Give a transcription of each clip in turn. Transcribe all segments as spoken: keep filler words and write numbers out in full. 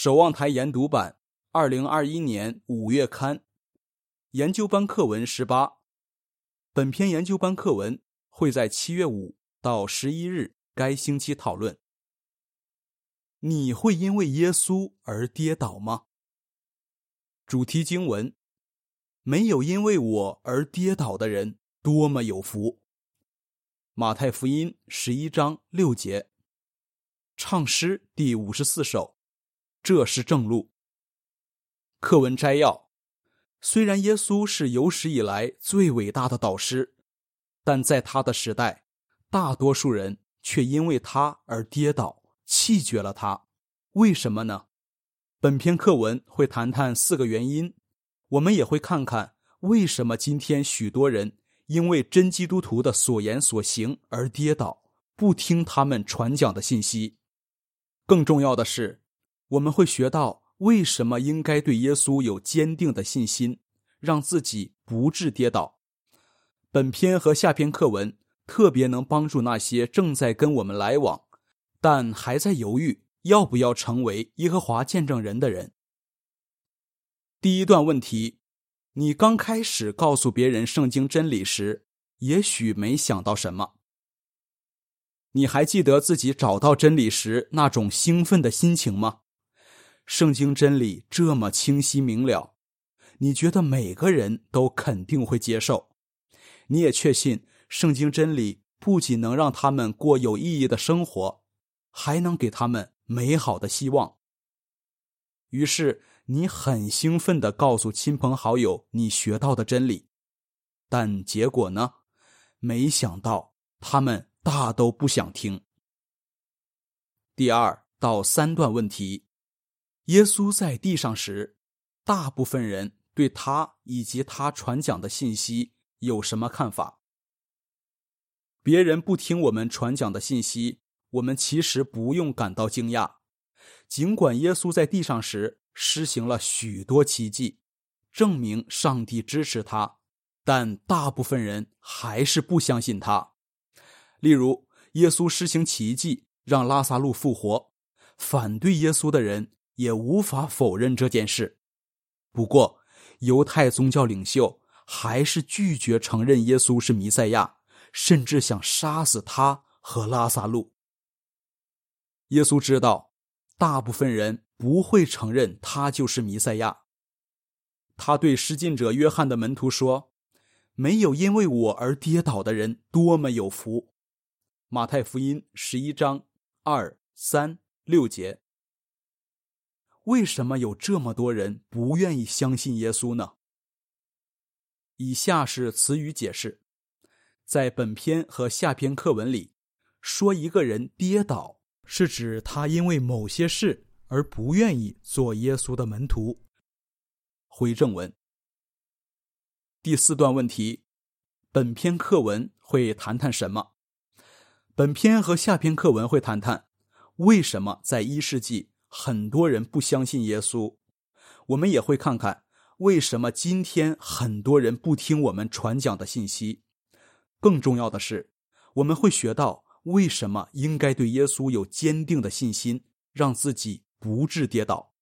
守望台研读版二零二一年五月刊研究班课文十八。本篇研究班课文会在七月五到十一日该星期讨论。你会因为耶稣而跌倒吗？主题经文：没有因为我而跌倒的人多么有福。马太福音十一章六节。唱诗第五十四首，这是正路。课文摘要：虽然耶稣是有史以来最伟大的导师，但在他的时代，大多数人却因为他而跌倒，弃绝了他。为什么呢？本篇课文会谈谈四个原因，我们也会看看为什么今天许多人因为真基督徒的所言所行而跌倒，不听他们传讲的信息。更重要的是，我们会学到为什么应该对耶稣有坚定的信心，让自己不致跌倒。本篇和下篇课文特别能帮助那些正在跟我们来往，但还在犹豫要不要成为耶和华见证人的人。第一段问题：你刚开始告诉别人圣经真理时，也许没想到什么。你还记得自己找到真理时那种兴奋的心情吗？圣经真理这么清晰明了，你觉得每个人都肯定会接受。你也确信圣经真理不仅能让他们过有意义的生活，还能给他们美好的希望。于是你很兴奋地告诉亲朋好友你学到的真理，但结果呢？没想到他们大都不想听。第二到三段问题：耶稣在地上时，大部分人对他以及他传讲的信息有什么看法？别人不听我们传讲的信息，我们其实不用感到惊讶。尽管耶稣在地上时施行了许多奇迹，证明上帝支持他，但大部分人还是不相信他。例如，耶稣施行奇迹让拉撒路复活，反对耶稣的人也无法否认这件事。不过，犹太宗教领袖还是拒绝承认耶稣是弥赛亚，甚至想杀死他和拉撒路。耶稣知道，大部分人不会承认他就是弥赛亚。他对施浸者约翰的门徒说：没有因为我而跌倒的人多么有福。马太福音十一章二、三、六节。为什么有这么多人不愿意相信耶稣呢？以下是词语解释。在本篇和下篇课文里，说一个人跌倒，是指他因为某些事而不愿意做耶稣的门徒。回正文。第四段问题：本篇课文会谈谈什么？本篇和下篇课文会谈谈为什么在一世纪很多人不相信耶稣。我们也会看看为什么今天很多人不听我们传讲的信息。更重要的是，我们会学到为什么应该对耶稣有坚定的信心，让自己不致跌倒。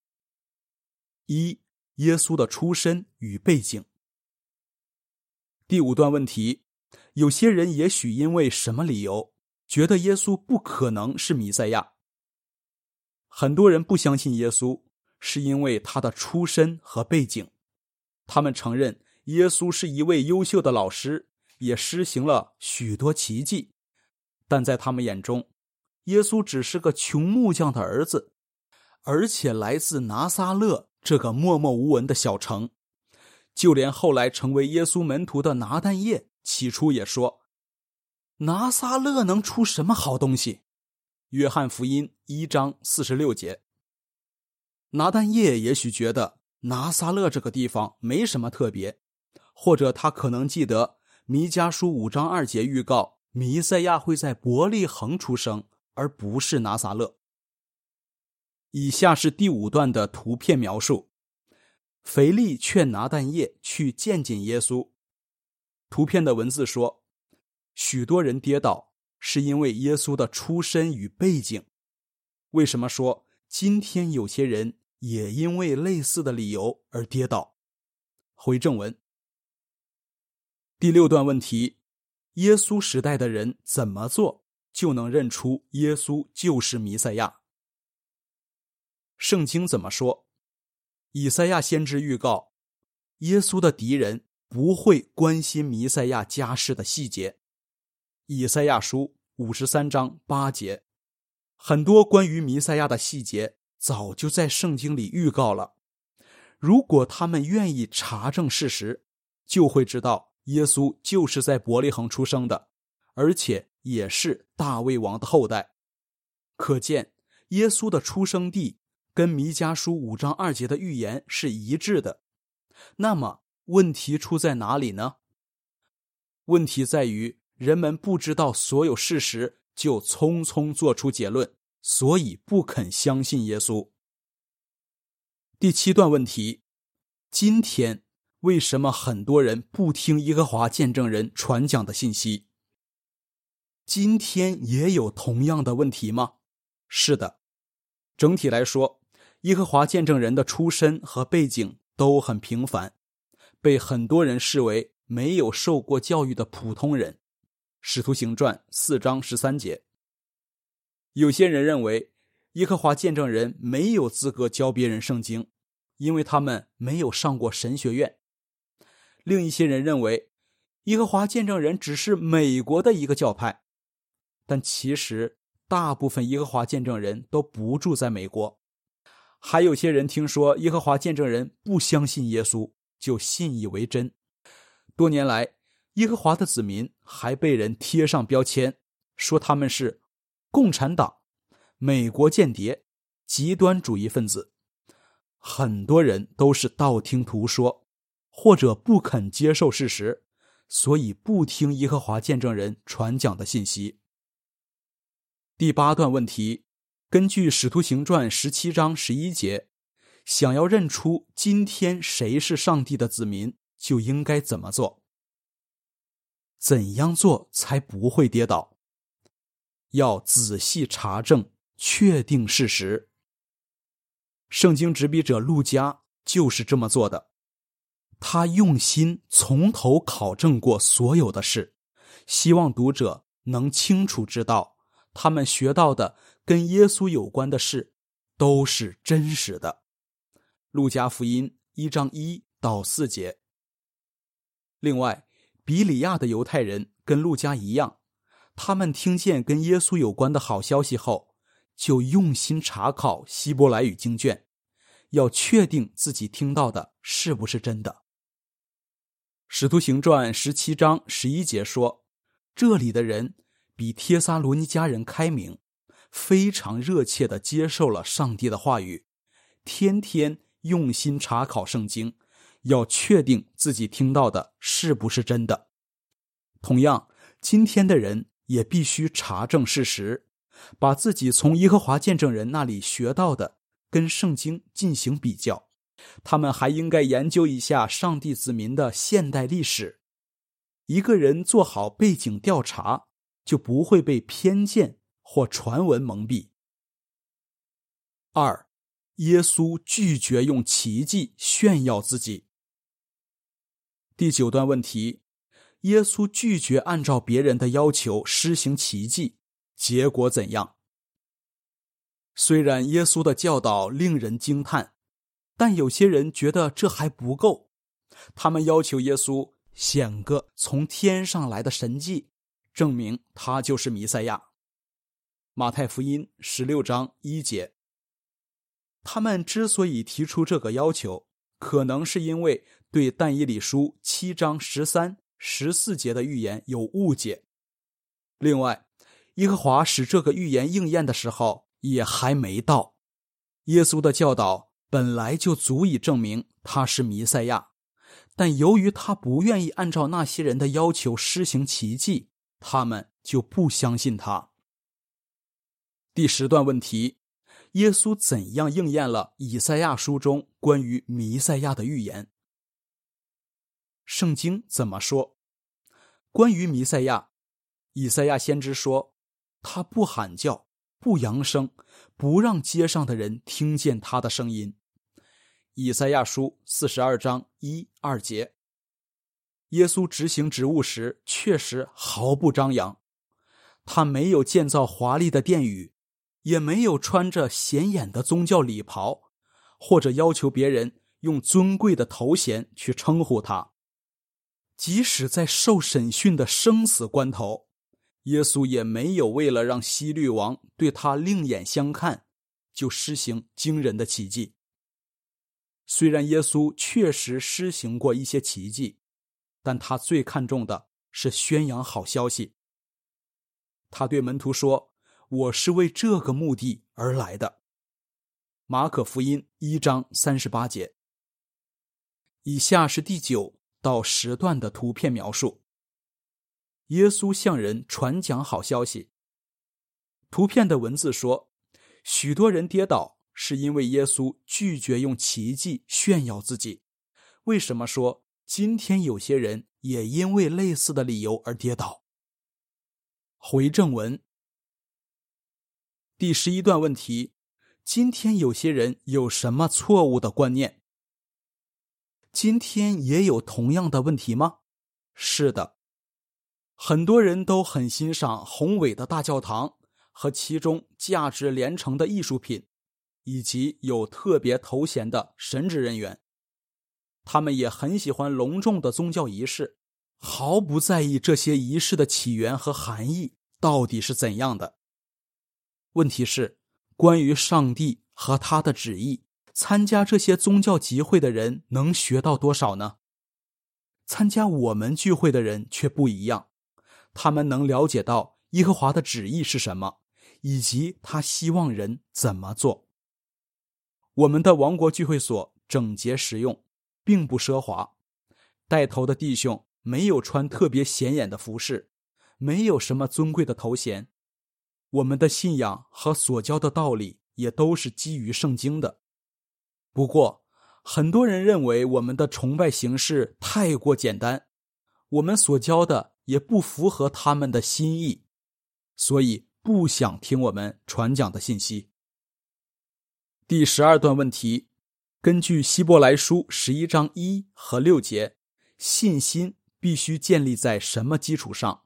一、耶稣的出身与背景。第五段问题：有些人也许因为什么理由，觉得耶稣不可能是弥赛亚。很多人不相信耶稣，是因为他的出身和背景。他们承认耶稣是一位优秀的老师，也施行了许多奇迹，但在他们眼中，耶稣只是个穷木匠的儿子，而且来自拿撒勒这个默默无闻的小城。就连后来成为耶稣门徒的拿但业起初也说，拿撒勒能出什么好东西？约翰福音一章四十六节。拿但业也许觉得拿撒勒这个地方没什么特别，或者他可能记得弥迦书五章二节预告弥赛亚会在伯利恒出生，而不是拿撒勒。以下是第五段的图片描述。腓力劝拿但业去见见耶稣。图片的文字说，许多人跌倒是因为耶稣的出身与背景。为什么说今天有些人也因为类似的理由而跌倒。回正文。第六段问题：耶稣时代的人怎么做就能认出耶稣就是弥赛亚？圣经怎么说？以赛亚先知预告，耶稣的敌人不会关心弥赛亚家世的细节。以赛亚书五十三章八节，很多关于弥赛亚的细节早就在圣经里预告了。如果他们愿意查证事实，就会知道耶稣就是在伯利恒出生的，而且也是大卫王的后代。可见耶稣的出生地跟弥迦书五章二节的预言是一致的。那么问题出在哪里呢？问题在于人们不知道所有事实就匆匆做出结论，所以不肯相信耶稣。第七段问题：今天为什么很多人不听耶和华见证人传讲的信息？今天也有同样的问题吗？是的。整体来说，耶和华见证人的出身和背景都很平凡，被很多人视为没有受过教育的普通人。使徒行传四章十三节。有些人认为耶和华见证人没有资格教别人圣经，因为他们没有上过神学院。另一些人认为耶和华见证人只是美国的一个教派，但其实大部分耶和华见证人都不住在美国。还有些人听说耶和华见证人不相信耶稣，就信以为真。多年来，耶和华的子民还被人贴上标签，说他们是共产党、美国间谍、极端主义分子。很多人都是道听途说，或者不肯接受事实，所以不听耶和华见证人传讲的信息。第八段问题：根据使徒行传十七章十一节，想要认出今天谁是上帝的子民，就应该怎么做？怎样做才不会跌倒？要仔细查证，确定事实。圣经执笔者路加就是这么做的。他用心从头考证过所有的事，希望读者能清楚知道他们学到的跟耶稣有关的事都是真实的。路加福音一章一到四节。另外，比里亚的犹太人跟路加一样，他们听见跟耶稣有关的好消息后，就用心查考希伯来语经卷，要确定自己听到的是不是真的。使徒行传十七章十一节说，这里的人比帖撒罗尼迦人开明，非常热切地接受了上帝的话语，天天用心查考圣经，要确定自己听到的是不是真的。同样，今天的人也必须查证事实，把自己从耶和华见证人那里学到的跟圣经进行比较。他们还应该研究一下上帝子民的现代历史。一个人做好背景调查，就不会被偏见或传闻蒙蔽。二，耶稣拒绝用奇迹炫耀自己。第九段问题：耶稣拒绝按照别人的要求施行奇迹，结果怎样？虽然耶稣的教导令人惊叹，但有些人觉得这还不够，他们要求耶稣显个从天上来的神迹，证明他就是弥赛亚。马太福音十六章一节。他们之所以提出这个要求，可能是因为对但以理书七章十三、十四节的预言有误解。另外，耶和华使这个预言应验的时候也还没到。耶稣的教导本来就足以证明他是弥赛亚，但由于他不愿意按照那些人的要求施行奇迹，他们就不相信他。第十段问题：耶稣怎样应验了以赛亚书中关于弥赛亚的预言？圣经怎么说？关于弥赛亚，以赛亚先知说，他不喊叫，不扬声， 不让街上的人听见他的声音。以赛亚书四十二章一二节。耶稣执行职务时确实毫不张扬，他没有建造华丽的殿宇，也没有穿着显眼的宗教礼袍，或者要求别人用尊贵的头衔去称呼他。即使在受审讯的生死关头，耶稣也没有为了让希律王对他另眼相看，就施行惊人的奇迹。虽然耶稣确实施行过一些奇迹，但他最看重的是宣扬好消息。他对门徒说，我是为这个目的而来的。马可福音一章三十八节。以下是第九到十段的图片描述。耶稣向人传讲好消息。图片的文字说，许多人跌倒是因为耶稣拒绝用奇迹炫耀自己。为什么说今天有些人也因为类似的理由而跌倒？回正文。第十一段问题，今天有些人有什么错误的观念？今天也有同样的问题吗？是的，很多人都很欣赏宏伟的大教堂和其中价值连城的艺术品，以及有特别头衔的神职人员。他们也很喜欢隆重的宗教仪式，毫不在意这些仪式的起源和含义到底是怎样的。问题是，关于上帝和他的旨意，参加这些宗教集会的人能学到多少呢？参加我们聚会的人却不一样，他们能了解到耶和华的旨意是什么，以及他希望人怎么做。我们的王国聚会所整洁实用，并不奢华，带头的弟兄没有穿特别显眼的服饰，没有什么尊贵的头衔。我们的信仰和所教的道理也都是基于圣经的。不过，很多人认为我们的崇拜形式太过简单，我们所教的也不符合他们的心意，所以不想听我们传讲的信息。第十二段问题，根据希伯来书十一章一和六节，信心必须建立在什么基础上？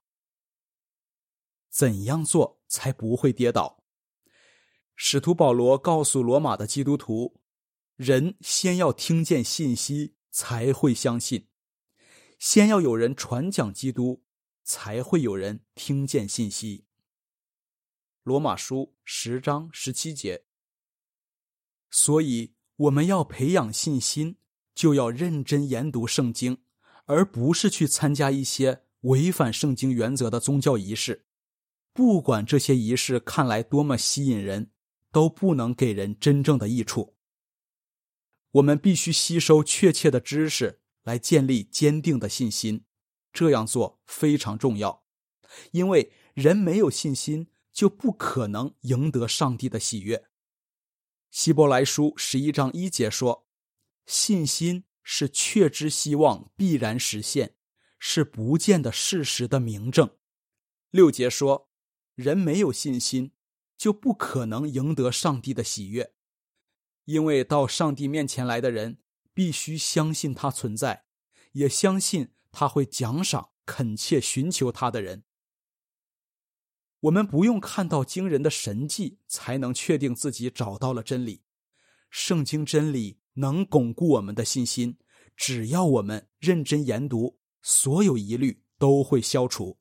怎样做才不会跌倒？使徒保罗告诉罗马的基督徒，人先要听见信息才会相信，先要有人传讲基督，才会有人听见信息。罗马书十章十七节。所以我们要培养信心，就要认真研读圣经，而不是去参加一些违反圣经原则的宗教仪式。不管这些仪式看来多么吸引人，都不能给人真正的益处。我们必须吸收确切的知识，来建立坚定的信心，这样做非常重要。因为人没有信心，就不可能赢得上帝的喜悦。希伯来书十一章一节说，信心是确知希望必然实现，是不见的事实的明证。六节说，人没有信心，就不可能赢得上帝的喜悦。因为到上帝面前来的人，必须相信他存在，也相信他会奖赏恳切寻求他的人。我们不用看到惊人的神迹才能确定自己找到了真理。圣经真理能巩固我们的信心，只要我们认真研读，所有疑虑都会消除。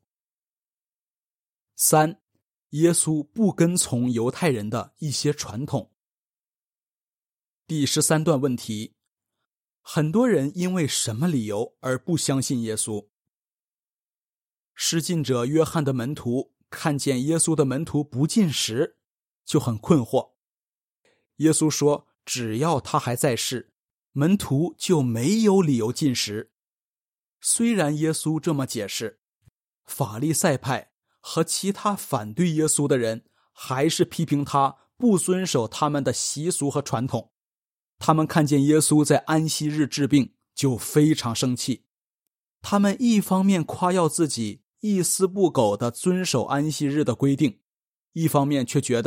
三，耶稣不跟从犹太人的一些传统。第十三段问题，很多人因为什么理由而不相信耶稣？施浸者约翰的门徒看见耶稣的门徒不进食，就很困惑。耶稣说，只要他还在世，门徒就没有理由进食。虽然耶稣这么解释，法利赛派和其他反对耶稣的人还是批评他不遵守他们的习俗和传统。他们看见耶稣在安息日治病，就非常生气。他们一方面夸耀自己一丝不苟地遵守安息日的规定，一方面却觉得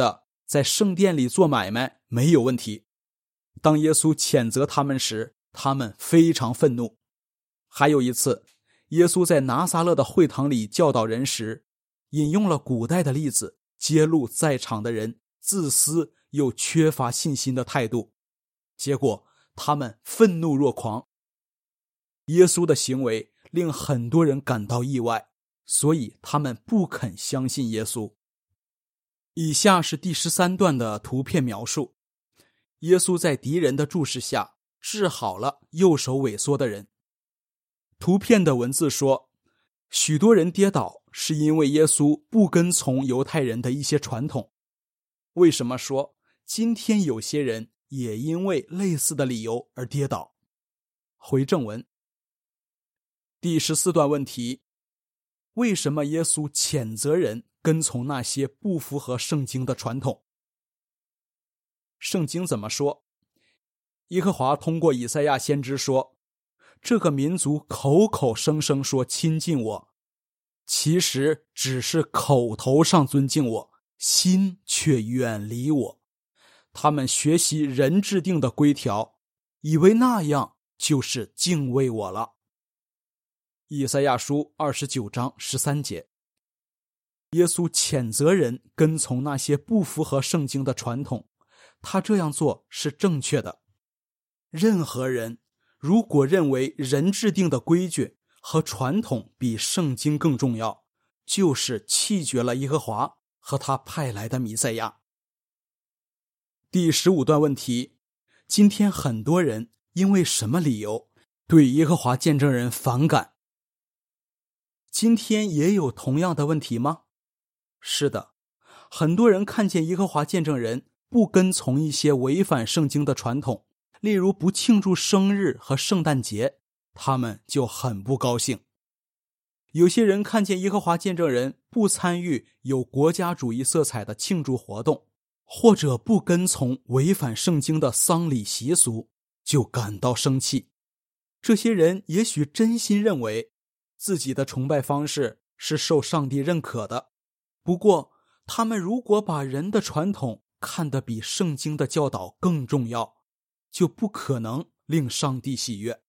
在圣殿里做买卖没有问题。当耶稣谴责他们时，他们非常愤怒。还有一次，耶稣在拿撒勒的会堂里教导人时，引用了古代的例子，揭露在场的人自私又缺乏信心的态度，结果他们愤怒若狂。耶稣的行为令很多人感到意外，所以他们不肯相信耶稣。以下是第十三段的图片描述。耶稣在敌人的注视下治好了右手萎缩的人。图片的文字说，许多人跌倒是因为耶稣不跟从犹太人的一些传统。为什么说今天有些人也因为类似的理由而跌倒？回正文。第十四段问题，为什么耶稣谴责人跟从那些不符合圣经的传统？圣经怎么说？耶和华通过以赛亚先知说，这个民族口口声声说亲近我，其实只是口头上尊敬我，心却远离我。他们学习人制定的规条，以为那样就是敬畏我了。以赛亚书二十九章十三节。耶稣谴责人跟从那些不符合圣经的传统，他这样做是正确的。任何人如果认为人制定的规矩和传统比圣经更重要，就是弃绝了耶和华和他派来的弥赛亚。第十五段问题，今天很多人因为什么理由对耶和华见证人反感？今天也有同样的问题吗？是的，很多人看见耶和华见证人不跟从一些违反圣经的传统，例如不庆祝生日和圣诞节，他们就很不高兴。有些人看见耶和华见证人不参与有国家主义色彩的庆祝活动，或者不跟从违反圣经的丧礼习俗，就感到生气。这些人也许真心认为自己的崇拜方式是受上帝认可的，不过他们如果把人的传统看得比圣经的教导更重要，就不可能令上帝喜悦。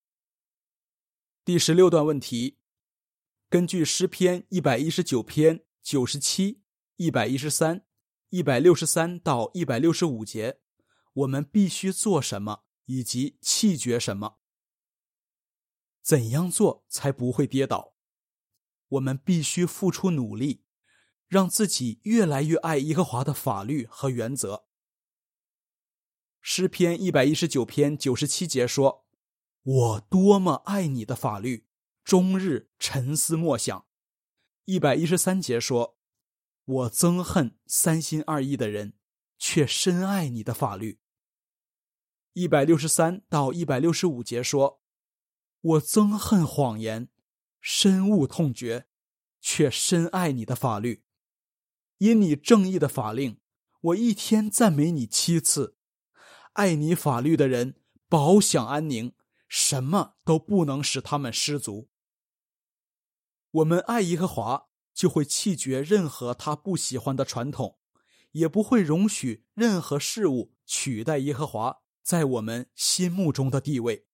第十六段问题，根据诗篇一百一十九篇九十七、一百一十三、一百六十三到一百六十五节，我们必须做什么以及弃绝什么？怎样做才不会跌倒？我们必须付出努力，让自己越来越爱耶和华的法律和原则。诗篇一百一十九篇九十七节说，我多么爱你的法律，终日沉思默想。一百一十三节说，我憎恨三心二意的人，却深爱你的法律。一百六十三到一百六十五节说，我憎恨谎言，深恶痛绝，却深爱你的法律。因你正义的法令，我一天赞美你七次。爱你法律的人饱享安宁，什么都不能使他们失足。我们爱耶和华，就会弃绝任何他不喜欢的传统，也不会容许任何事物取代耶和华在我们心目中的地位。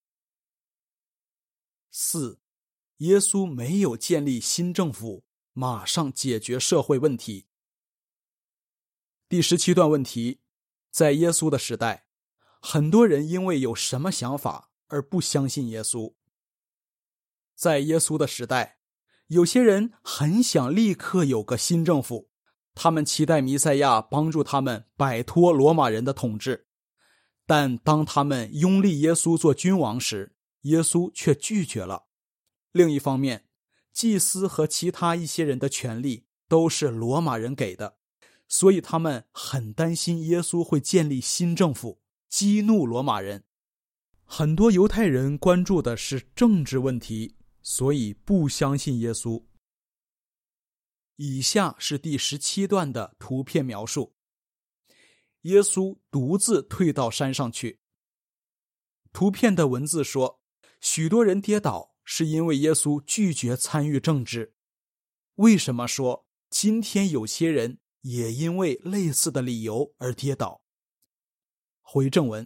四，耶稣没有建立新政府，马上解决社会问题。第十七段问题，在耶稣的时代，很多人因为有什么想法而不相信耶稣。在耶稣的时代，有些人很想立刻有个新政府，他们期待弥赛亚帮助他们摆脱罗马人的统治。但当他们拥立耶稣做君王时，耶稣却拒绝了。另一方面，祭司和其他一些人的权力都是罗马人给的，所以他们很担心耶稣会建立新政府，激怒罗马人。很多犹太人关注的是政治问题，所以不相信耶稣。以下是第十七段的图片描述。耶稣独自退到山上去。图片的文字说，许多人跌倒是因为耶稣拒绝参与政治。为什么说今天有些人也因为类似的理由而跌倒。回正文。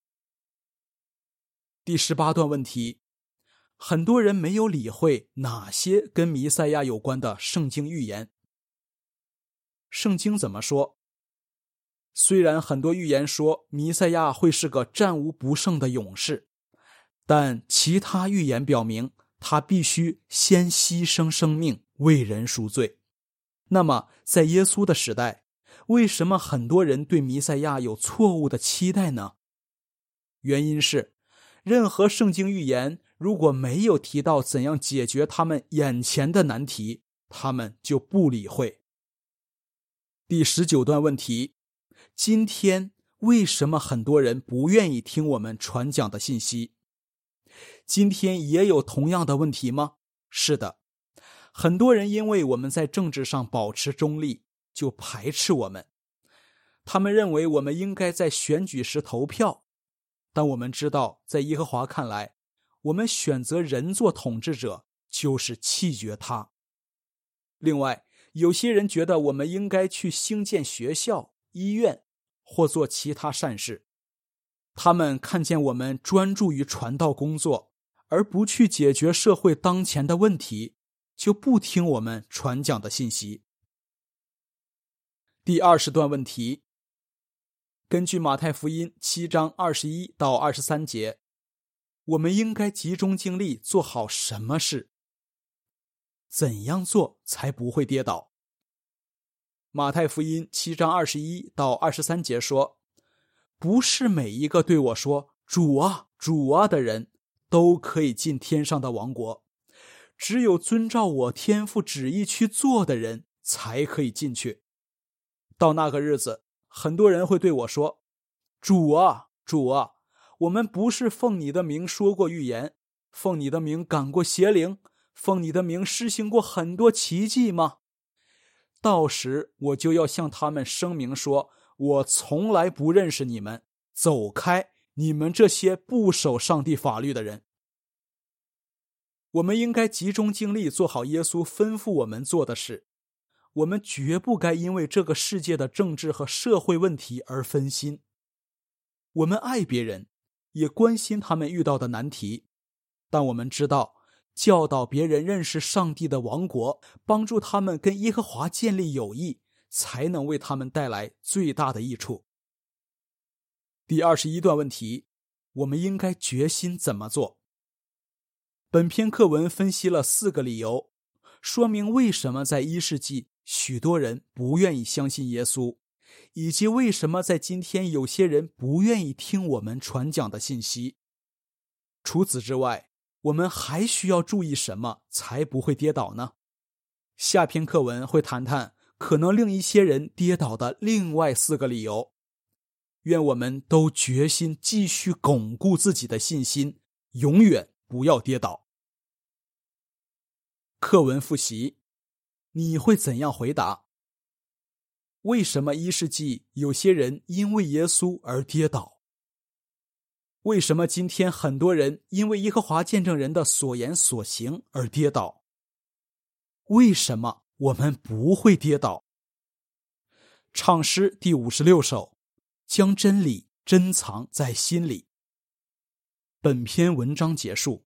第十八段问题，很多人没有理会哪些跟弥赛亚有关的圣经预言。圣经怎么说？虽然很多预言说弥赛亚会是个战无不胜的勇士，但其他预言表明他必须先牺牲生命为人赎罪。那么在耶稣的时代，为什么很多人对弥赛亚有错误的期待呢？原因是任何圣经预言如果没有提到怎样解决他们眼前的难题，他们就不理会。第十九段问题，今天为什么很多人不愿意听我们传讲的信息？今天也有同样的问题吗？是的，很多人因为我们在政治上保持中立，就排斥我们。他们认为我们应该在选举时投票，但我们知道，在耶和华看来，我们选择人做统治者，就是弃绝他。另外，有些人觉得我们应该去兴建学校、医院，或做其他善事。他们看见我们专注于传道工作，而不去解决社会当前的问题，就不听我们传讲的信息。第二十段问题，根据马太福音七章二十一到二十三节，我们应该集中精力做好什么事？怎样做才不会跌倒？马太福音七章二十一到二十三节说，不是每一个对我说主啊主啊的人都可以进天上的王国，只有遵照我天父旨意去做的人才可以进去。到那个日子，很多人会对我说，主啊主啊，我们不是奉你的名说过预言，奉你的名赶过邪灵，奉你的名施行过很多奇迹吗？到时我就要向他们声明说，我从来不认识你们，走开，你们这些不守上帝法律的人。我们应该集中精力做好耶稣吩咐我们做的事，我们绝不该因为这个世界的政治和社会问题而分心。我们爱别人，也关心他们遇到的难题，但我们知道教导别人认识上帝的王国，帮助他们跟耶和华建立友谊，才能为他们带来最大的益处。第二十一段问题，我们应该决心怎么做？本篇课文分析了四个理由，说明为什么在一世纪许多人不愿意相信耶稣，以及为什么在今天有些人不愿意听我们传讲的信息。除此之外，我们还需要注意什么才不会跌倒呢？下篇课文会谈谈可能令一些人跌倒的另外四个理由。愿我们都决心继续巩固自己的信心，永远不要跌倒。课文复习，你会怎样回答？为什么一世纪有些人因为耶稣而跌倒？为什么今天很多人因为耶和华见证人的所言所行而跌倒？为什么我们不会跌倒？唱诗第五十六首，将真理珍藏在心里。本篇文章结束。